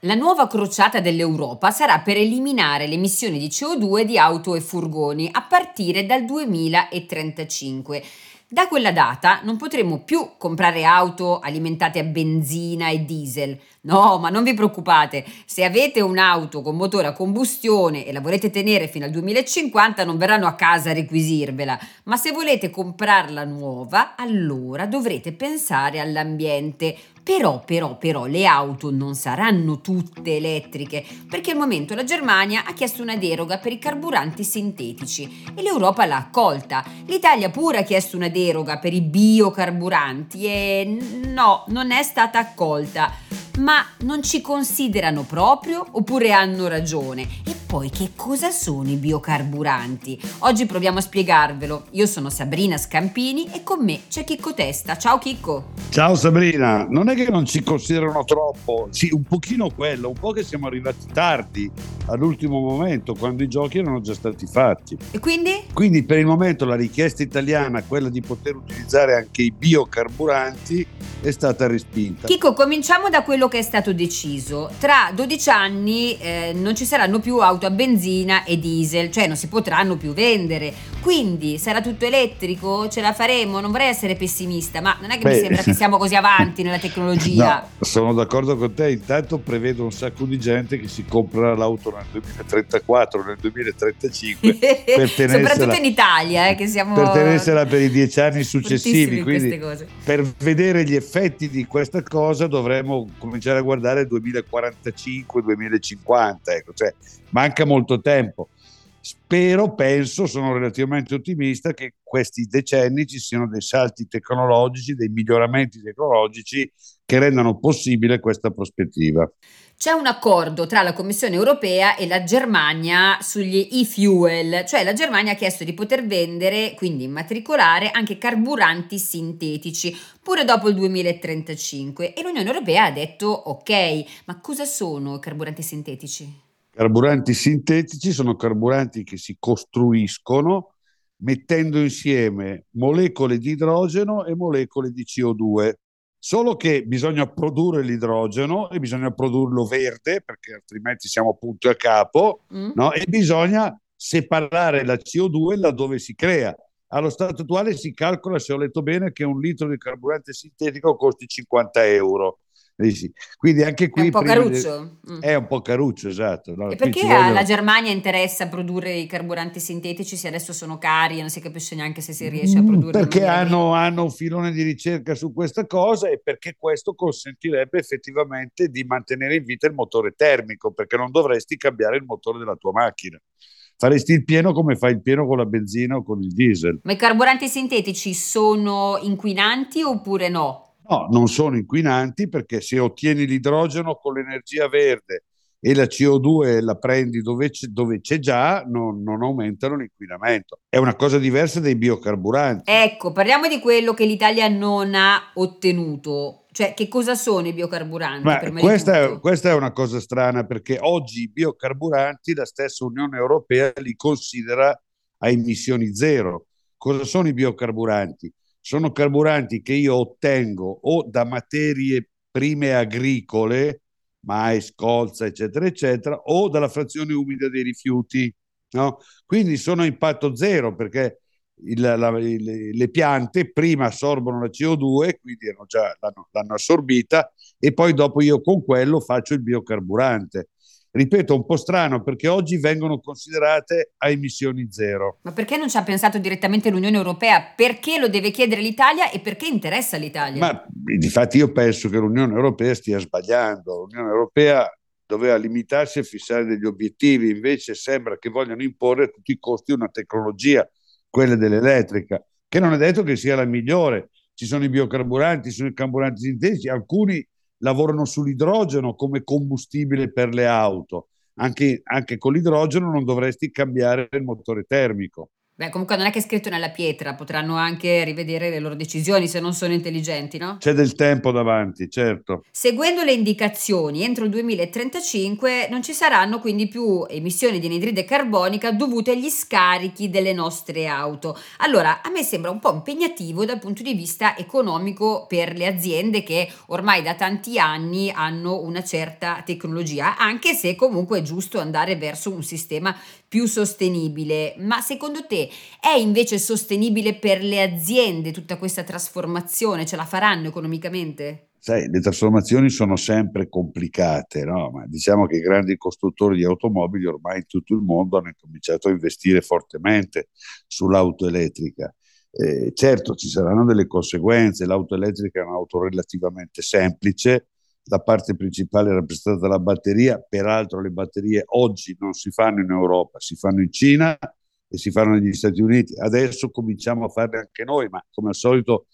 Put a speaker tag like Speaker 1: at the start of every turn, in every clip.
Speaker 1: La nuova crociata dell'Europa sarà per eliminare le emissioni di CO2 di auto e furgoni a partire dal 2035. Da quella data non potremo più comprare auto alimentate a benzina e diesel. No, ma non vi preoccupate, se avete un'auto con motore a combustione e la volete tenere fino al 2050 non verranno a casa a requisirvela, ma se volete comprarla nuova, allora dovrete pensare all'ambiente. Però, le auto non saranno tutte elettriche, perché al momento la Germania ha chiesto una deroga per i carburanti sintetici e l'Europa l'ha accolta. L'Italia pure ha chiesto una deroga per i biocarburanti e no, non è stata accolta. Ma non ci considerano proprio oppure hanno ragione? E poi che cosa sono i biocarburanti? Oggi proviamo a spiegarvelo. Io sono Sabrina Scampini e con me c'è Chicco Testa. Ciao Chicco!
Speaker 2: Ciao Sabrina, non è che non ci considerano troppo, sì, un pochino quello, un po' che siamo arrivati tardi all'ultimo momento, quando i giochi erano già stati fatti.
Speaker 1: E quindi?
Speaker 2: Quindi per il momento la richiesta italiana, quella di poter utilizzare anche i biocarburanti, è stata respinta.
Speaker 1: Chicco, cominciamo da quello che è stato deciso. Tra 12 anni non ci saranno più auto a benzina e diesel, cioè non si potranno più vendere. Quindi sarà tutto elettrico? Ce la faremo? Non vorrei essere pessimista, ma non è che mi sembra che siamo così avanti nella tecnologia.
Speaker 2: No, sono d'accordo con te. Intanto prevedo un sacco di gente che si compra l'auto nel 2034, nel 2035 per
Speaker 1: soprattutto in Italia, che siamo
Speaker 2: per tenersela per i 10 anni successivi.
Speaker 1: Quindi cose.
Speaker 2: Per vedere gli effetti di questa cosa dovremmo cominciare a guardare il 2045-2050, ecco, cioè manca molto tempo. Sono relativamente ottimista che questi decenni ci siano dei salti tecnologici, dei miglioramenti tecnologici che rendano possibile questa prospettiva.
Speaker 1: C'è un accordo tra la Commissione europea e la Germania sugli e-fuel, cioè la Germania ha chiesto di poter vendere, quindi immatricolare, anche carburanti sintetici, pure dopo il 2035 e l'Unione Europea ha detto ok, ma cosa sono i carburanti sintetici?
Speaker 2: Carburanti sintetici sono carburanti che si costruiscono mettendo insieme molecole di idrogeno e molecole di CO2. Solo che bisogna produrre l'idrogeno e bisogna produrlo verde, perché altrimenti siamo punto a capo, no? E bisogna separare la CO2 laddove si crea. Allo stato attuale si calcola, se ho letto bene, che un litro di carburante sintetico costi 50 euro. Quindi anche qui
Speaker 1: è un po' caruccio.
Speaker 2: È un po' caruccio, esatto. No,
Speaker 1: e perché alla Germania interessa produrre i carburanti sintetici se adesso sono cari e non si capisce neanche se si riesce a produrre?
Speaker 2: Perché hanno un filone di ricerca su questa cosa e perché questo consentirebbe effettivamente di mantenere in vita il motore termico, perché non dovresti cambiare il motore della tua macchina. Faresti il pieno come fai il pieno con la benzina o con il diesel.
Speaker 1: Ma i carburanti sintetici sono inquinanti oppure no?
Speaker 2: No, non sono inquinanti perché se ottieni l'idrogeno con l'energia verde e la CO2 la prendi dove c'è già, non aumentano l'inquinamento. È una cosa diversa dai biocarburanti.
Speaker 1: Ecco, parliamo di quello che l'Italia non ha ottenuto. Cioè, che cosa sono i biocarburanti? Prima di tutto?
Speaker 2: Questa è una cosa strana perché oggi i biocarburanti la stessa Unione Europea li considera a emissioni zero. Cosa sono i biocarburanti? Sono carburanti che io ottengo o da materie prime agricole, mais, colza, eccetera, eccetera, o dalla frazione umida dei rifiuti, no? Quindi sono a impatto zero perché le piante prima assorbono la CO2, quindi l'hanno assorbita, e poi dopo io con quello faccio il biocarburante. Ripeto, un po' strano perché oggi vengono considerate a emissioni zero.
Speaker 1: Ma perché non ci ha pensato direttamente l'Unione Europea? Perché lo deve chiedere l'Italia e perché interessa l'Italia?
Speaker 2: Ma difatti io penso che l'Unione Europea stia sbagliando. L'Unione Europea doveva limitarsi a fissare degli obiettivi, invece sembra che vogliano imporre a tutti i costi una tecnologia, quella dell'elettrica, che non è detto che sia la migliore. Ci sono i biocarburanti, ci sono i carburanti sintetici, alcuni lavorano sull'idrogeno come combustibile per le auto. Anche con l'idrogeno non dovresti cambiare il motore termico.
Speaker 1: Beh, comunque non è che è scritto nella pietra, potranno anche rivedere le loro decisioni se non sono intelligenti, no?
Speaker 2: C'è del tempo davanti, certo.
Speaker 1: Seguendo le indicazioni, entro il 2035 non ci saranno quindi più emissioni di anidride carbonica dovute agli scarichi delle nostre auto. Allora, a me sembra un po' impegnativo dal punto di vista economico per le aziende che ormai da tanti anni hanno una certa tecnologia, anche se comunque è giusto andare verso un sistema più sostenibile. Ma secondo te è invece sostenibile per le aziende tutta questa trasformazione? Ce la faranno economicamente?
Speaker 2: Sai, le trasformazioni sono sempre complicate, no? Ma diciamo che i grandi costruttori di automobili ormai in tutto il mondo hanno cominciato a investire fortemente sull'auto elettrica. Certo, ci saranno delle conseguenze. L'auto elettrica è un'auto relativamente semplice, la parte principale è rappresentata dalla batteria, peraltro le batterie oggi non si fanno in Europa, si fanno in Cina e si fanno negli Stati Uniti. Adesso cominciamo a farle anche noi, ma come al solito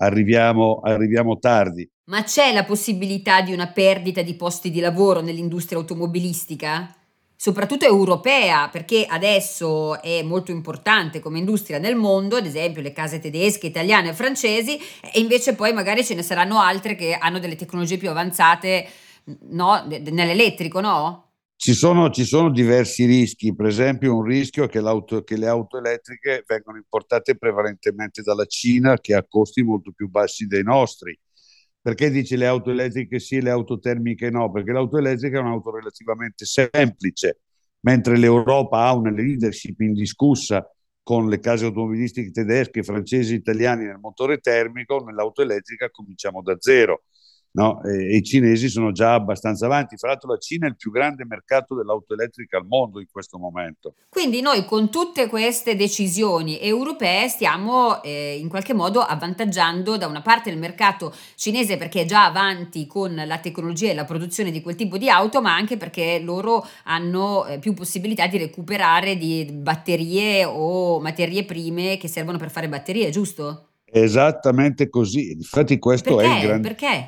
Speaker 2: arriviamo tardi.
Speaker 1: Ma c'è la possibilità di una perdita di posti di lavoro nell'industria automobilistica? Soprattutto europea, perché adesso è molto importante come industria nel mondo, ad esempio le case tedesche, italiane e francesi, e invece poi magari ce ne saranno altre che hanno delle tecnologie più avanzate, no? Nell'elettrico, no?
Speaker 2: Ci sono diversi rischi, per esempio un rischio è che le auto elettriche vengano importate prevalentemente dalla Cina che ha costi molto più bassi dei nostri. Perché dici le auto elettriche sì, le auto termiche no? Perché l'auto elettrica è un'auto relativamente semplice, mentre l'Europa ha una leadership indiscussa con le case automobilistiche tedesche, francesi e italiani nel motore termico, nell'auto elettrica cominciamo da zero. No? E i cinesi sono già abbastanza avanti. Fra l'altro la Cina è il più grande mercato dell'auto elettrica al mondo in questo momento.
Speaker 1: Quindi noi con tutte queste decisioni europee stiamo in qualche modo avvantaggiando da una parte il mercato cinese perché è già avanti con la tecnologia e la produzione di quel tipo di auto, ma anche perché loro hanno più possibilità di recuperare di batterie o materie prime che servono per fare batterie, giusto?
Speaker 2: È esattamente così. Infatti
Speaker 1: E
Speaker 2: questo è il
Speaker 1: perché?
Speaker 2: grande...
Speaker 1: Perché?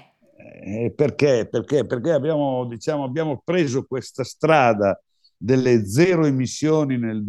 Speaker 2: Perché? Perché abbiamo, diciamo, abbiamo preso questa strada delle zero emissioni nel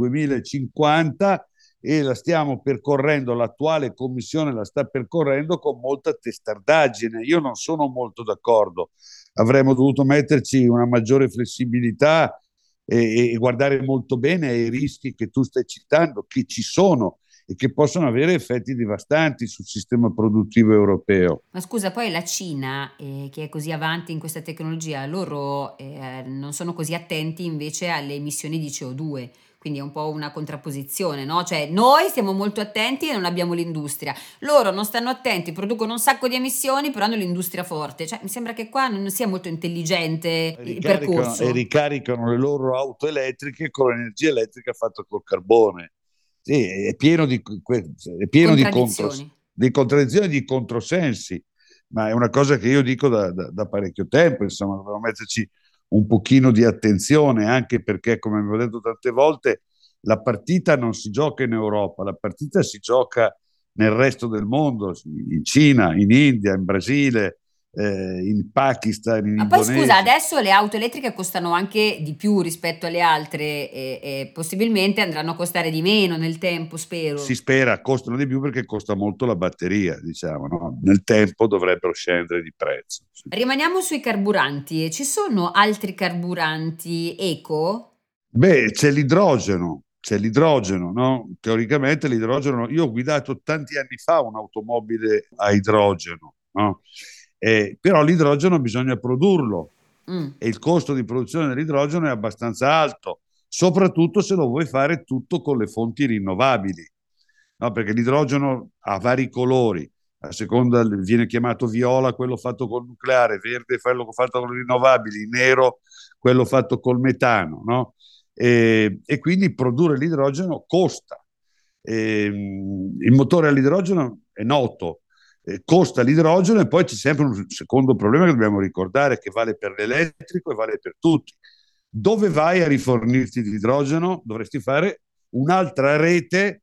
Speaker 2: 2050 e la stiamo percorrendo, l'attuale commissione la sta percorrendo con molta testardaggine. Io non sono molto d'accordo. Avremmo dovuto metterci una maggiore flessibilità e guardare molto bene ai rischi che tu stai citando, che ci sono e che possono avere effetti devastanti sul sistema produttivo europeo.
Speaker 1: Ma scusa, poi la Cina, che è così avanti in questa tecnologia, loro non sono così attenti invece alle emissioni di CO2, quindi è un po' una contrapposizione, no? Cioè noi stiamo molto attenti e non abbiamo l'industria, loro non stanno attenti, producono un sacco di emissioni, però hanno l'industria forte. Cioè mi sembra che qua non sia molto intelligente il
Speaker 2: E
Speaker 1: percorso.
Speaker 2: ricaricano le loro auto elettriche con l'energia elettrica fatta col carbone. Sì, è pieno è pieno
Speaker 1: Contraddizioni.
Speaker 2: di contraddizioni e di controsensi, ma è una cosa che io dico da parecchio tempo, insomma, dobbiamo metterci un pochino di attenzione, anche perché, come vi ho detto tante volte, la partita non si gioca in Europa, la partita si gioca nel resto del mondo, in Cina, in India, in Brasile, in Pakistan, in
Speaker 1: Ma poi scusa,
Speaker 2: Indonesia.
Speaker 1: adesso le auto elettriche costano anche di più rispetto alle altre e possibilmente andranno a costare di meno nel tempo,
Speaker 2: Si
Speaker 1: spero.
Speaker 2: spera costano di più perché costa molto la batteria, diciamo, no? Nel tempo dovrebbero scendere di prezzo. Sì.
Speaker 1: Rimaniamo sui carburanti. Ci sono altri carburanti eco?
Speaker 2: Beh, c'è l'idrogeno, no? Teoricamente l'idrogeno, io ho guidato tanti anni fa un'automobile a idrogeno, no? Però l'idrogeno bisogna produrlo
Speaker 1: Mm.
Speaker 2: e il costo di produzione dell'idrogeno è abbastanza alto, soprattutto se lo vuoi fare tutto con le fonti rinnovabili, no? Perché l'idrogeno ha vari colori, a seconda viene chiamato viola quello fatto col nucleare, verde quello fatto con le rinnovabili, nero quello fatto col metano, no? E quindi produrre l'idrogeno costa. Il motore all'idrogeno è noto, costa l'idrogeno e poi c'è sempre un secondo problema che dobbiamo ricordare che vale per l'elettrico e vale per tutti. Dove vai a rifornirti di idrogeno? Dovresti fare un'altra rete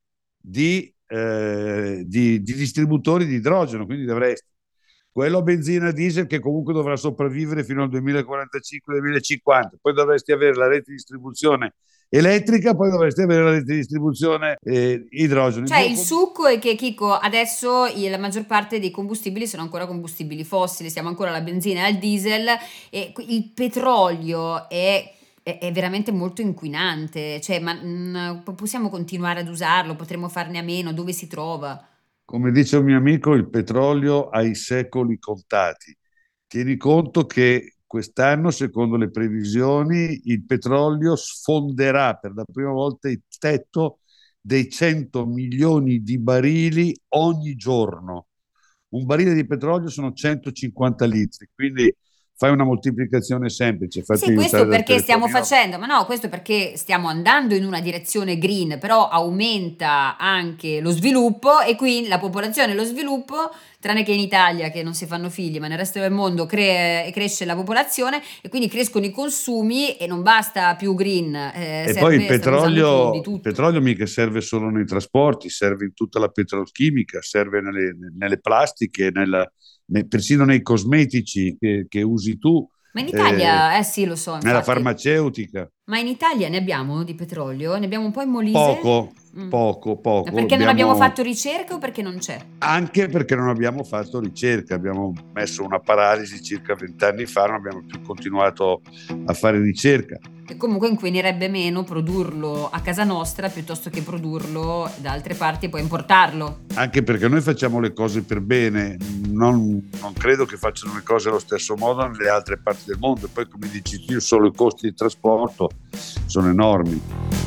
Speaker 2: di distributori di idrogeno, quindi dovresti quello a benzina diesel che comunque dovrà sopravvivere fino al 2045-2050, poi dovresti avere la rete di distribuzione elettrica, poi dovresti avere la rete di distribuzione idrogeno.
Speaker 1: Cioè il succo è che, Chicco, adesso la maggior parte dei combustibili sono ancora combustibili fossili, siamo ancora alla benzina e al diesel, e il petrolio è veramente molto inquinante, cioè ma possiamo continuare ad usarlo, potremmo farne a meno, dove si trova?
Speaker 2: Come dice un mio amico, il petrolio ha i secoli contati. Tieni conto che quest'anno, secondo le previsioni, il petrolio sfonderà per la prima volta il tetto dei 100 milioni di barili ogni giorno. Un barile di petrolio sono 150 litri, quindi fai una moltiplicazione semplice, fatti
Speaker 1: Sì,
Speaker 2: aiutare
Speaker 1: questo
Speaker 2: dal
Speaker 1: perché stiamo
Speaker 2: telefonino.
Speaker 1: facendo, ma no, questo perché stiamo andando in una direzione green, però aumenta anche lo sviluppo e quindi la popolazione e lo sviluppo, tranne che in Italia che non si fanno figli, ma nel resto del mondo cresce la popolazione e quindi crescono i consumi e non basta più green,
Speaker 2: E poi
Speaker 1: stiamo usando più di
Speaker 2: il
Speaker 1: tutto.
Speaker 2: petrolio mica serve solo nei trasporti, serve in tutta la petrolchimica, serve nelle plastiche, persino nei cosmetici che usi tu,
Speaker 1: Ma in
Speaker 2: eh,
Speaker 1: Italia, sì, lo so,
Speaker 2: nella
Speaker 1: infatti,
Speaker 2: farmaceutica.
Speaker 1: ma in Italia ne abbiamo di petrolio? Ne abbiamo un po' in Molise?
Speaker 2: Poco,
Speaker 1: Mm.
Speaker 2: poco,
Speaker 1: Ma
Speaker 2: poco.
Speaker 1: perché non abbiamo fatto ricerca o perché non c'è?
Speaker 2: Anche perché non abbiamo fatto ricerca, abbiamo messo una paralisi circa 20 anni fa, non abbiamo più continuato a fare ricerca.
Speaker 1: E comunque inquinerebbe meno produrlo a casa nostra piuttosto che produrlo da altre parti e poi importarlo.
Speaker 2: Anche perché noi facciamo le cose per bene, non credo che facciano le cose allo stesso modo nelle altre parti del mondo. E poi, come dici tu, solo i costi di trasporto sono enormi.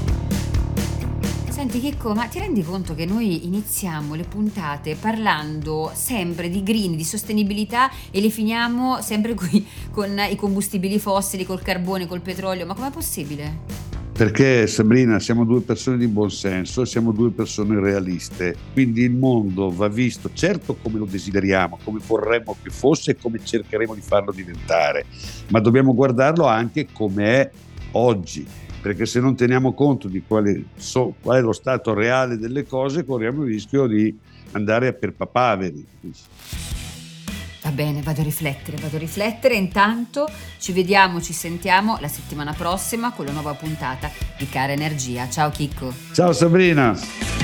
Speaker 1: Senti Chicco, ma ti rendi conto che noi iniziamo le puntate parlando sempre di green, di sostenibilità e le finiamo sempre qui con i combustibili fossili, col carbone, col petrolio? Ma com'è possibile?
Speaker 2: Perché, Sabrina, siamo due persone di buon senso, siamo due persone realiste, quindi il mondo va visto certo come lo desideriamo, come vorremmo che fosse e come cercheremo di farlo diventare, ma dobbiamo guardarlo anche come è oggi, perché se non teniamo conto di qual è lo stato reale delle cose, corriamo il rischio di andare per papaveri.
Speaker 1: Va bene, vado a riflettere, intanto ci vediamo, ci sentiamo la settimana prossima con la nuova puntata di Cara Energia. Ciao Chicco!
Speaker 2: Ciao Sabrina!